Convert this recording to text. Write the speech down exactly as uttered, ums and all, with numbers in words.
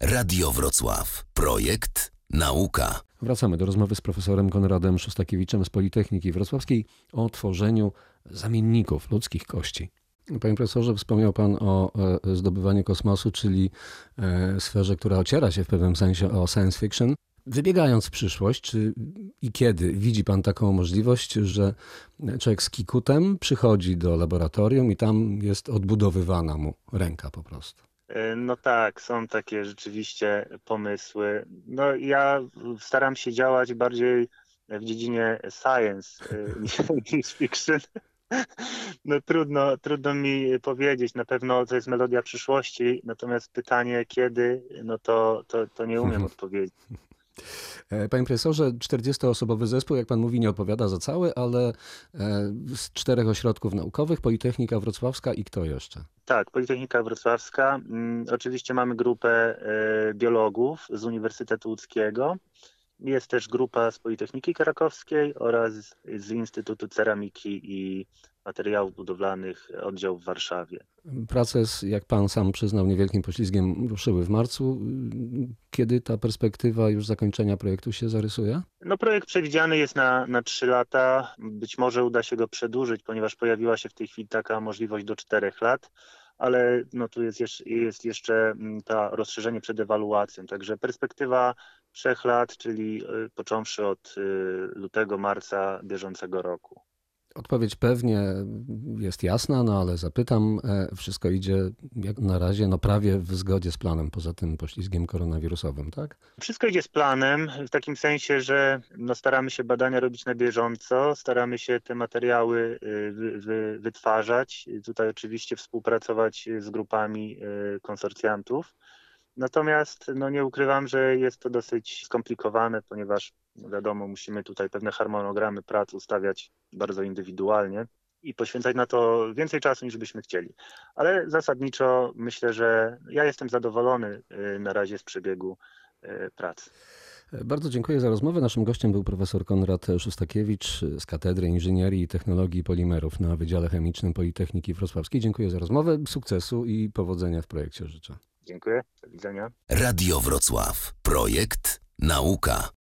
Radio Wrocław. Projekt Nauka. Wracamy do rozmowy z profesorem Konradem Szostakiewiczem z Politechniki Wrocławskiej o tworzeniu zamienników ludzkich kości. Panie profesorze, wspomniał pan o e, zdobywaniu kosmosu, czyli e, sferze, która ociera się w pewnym sensie o science fiction. Wybiegając w przyszłość, czy i kiedy widzi pan taką możliwość, że człowiek z kikutem przychodzi do laboratorium i tam jest odbudowywana mu ręka po prostu? No tak, są takie rzeczywiście pomysły. No ja staram się działać bardziej w dziedzinie science niż fiction. No trudno, trudno mi powiedzieć, na pewno to jest melodia przyszłości, natomiast pytanie kiedy, no to, to, to nie umiem odpowiedzieć. Panie profesorze, czterdziestoosobowy zespół, jak pan mówi, nie odpowiada za cały, ale z czterech ośrodków naukowych, Politechnika Wrocławska i kto jeszcze? Tak, Politechnika Wrocławska. Hmm, oczywiście mamy grupę y, biologów z Uniwersytetu Łódzkiego. Jest też grupa z Politechniki Krakowskiej oraz z, z Instytutu Ceramiki i Materiałów Budowlanych oddział w Warszawie. Prace, jak pan sam przyznał, niewielkim poślizgiem ruszyły w marcu. Kiedy ta perspektywa już zakończenia projektu się zarysuje? No projekt przewidziany jest na, na trzy lata. Być może uda się go przedłużyć, ponieważ pojawiła się w tej chwili taka możliwość do czterech lat. Ale no tu jest jeszcze, jest jeszcze to rozszerzenie przed ewaluacją. Także perspektywa trzech lat, czyli począwszy od lutego, marca bieżącego roku. Odpowiedź pewnie jest jasna, no ale zapytam, wszystko idzie jak na razie no prawie w zgodzie z planem, poza tym poślizgiem koronawirusowym, tak? Wszystko idzie z planem, w takim sensie, że no staramy się badania robić na bieżąco, staramy się te materiały wy, wy, wytwarzać, tutaj oczywiście współpracować z grupami konsorcjantów. Natomiast no nie ukrywam, że jest to dosyć skomplikowane, ponieważ wiadomo, musimy tutaj pewne harmonogramy prac ustawiać bardzo indywidualnie i poświęcać na to więcej czasu niż byśmy chcieli. Ale zasadniczo myślę, że ja jestem zadowolony na razie z przebiegu pracy. Bardzo dziękuję za rozmowę. Naszym gościem był profesor Konrad Szostakiewicz z Katedry Inżynierii i Technologii Polimerów na Wydziale Chemicznym Politechniki Wrocławskiej. Dziękuję za rozmowę, sukcesu i powodzenia w projekcie życzę. Dziękuję, do widzenia. Radio Wrocław. Projekt Nauka.